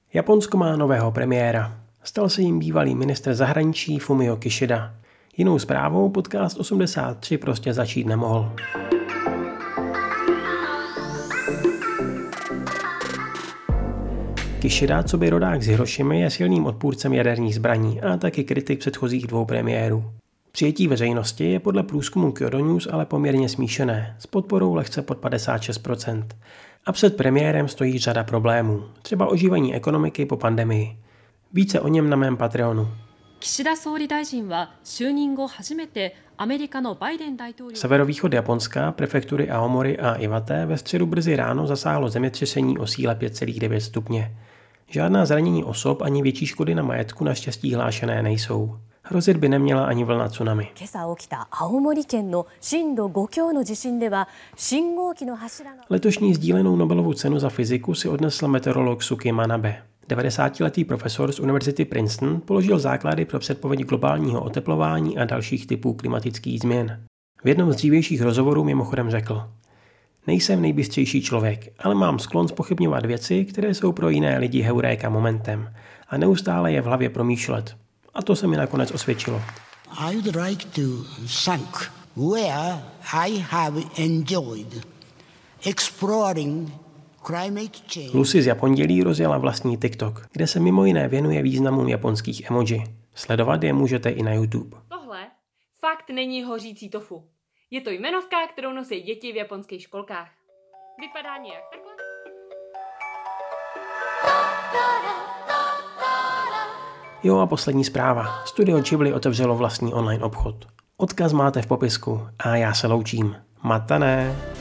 Japonsko má nového premiéra. Stal se jim bývalý ministr zahraničí Fumio Kishida. Jinou zprávou podcast 83 prostě začít nemohl. Kishida, co by rodák z Hirošimy, je silným odpůrcem jaderných zbraní a taky kritik předchozích dvou premiérů. Přijetí veřejnosti je podle průzkumu Kyodo News ale poměrně smíšené, s podporou lehce pod 56%. A před premiérem stojí řada problémů, třeba oživení ekonomiky po pandemii. Více o něm na mém Patreonu. Severovýchod Japonska, prefektury Aomori a Iwate ve středu brzy ráno zasáhlo zemětřesení o síle 5,9 stupně. Žádná zranění osob ani větší škody na majetku naštěstí hlášené nejsou. Hrozit by neměla ani vlna tsunami. Letošní sdílenou Nobelovu cenu za fyziku si odnesl meteorolog Suki Manabe. 90letý profesor z Univerzity Princeton položil základy pro předpověď globálního oteplování a dalších typů klimatických změn. V jednom z dřívějších rozhovorů mimochodem řekl: Nejsem nejbystřejší člověk, ale mám sklon zpochybňovat věci, které jsou pro jiné lidi heuréka momentem a neustále je v hlavě promýšlet. A to se mi nakonec osvědčilo. I would like to thank where I have enjoyed exploring climate change. Lucy z Japondělí rozjela vlastní TikTok, kde se mimo jiné věnuje významům japonských emoji. Sledovat je můžete i na YouTube. Tohle fakt není hořící tofu. Je to jmenovka, kterou nosí děti v japonských školkách. Vypadá nějak takhle. Jo a poslední zpráva. Studio Ghibli otevřelo vlastní online obchod. Odkaz máte v popisku a já se loučím. Matané!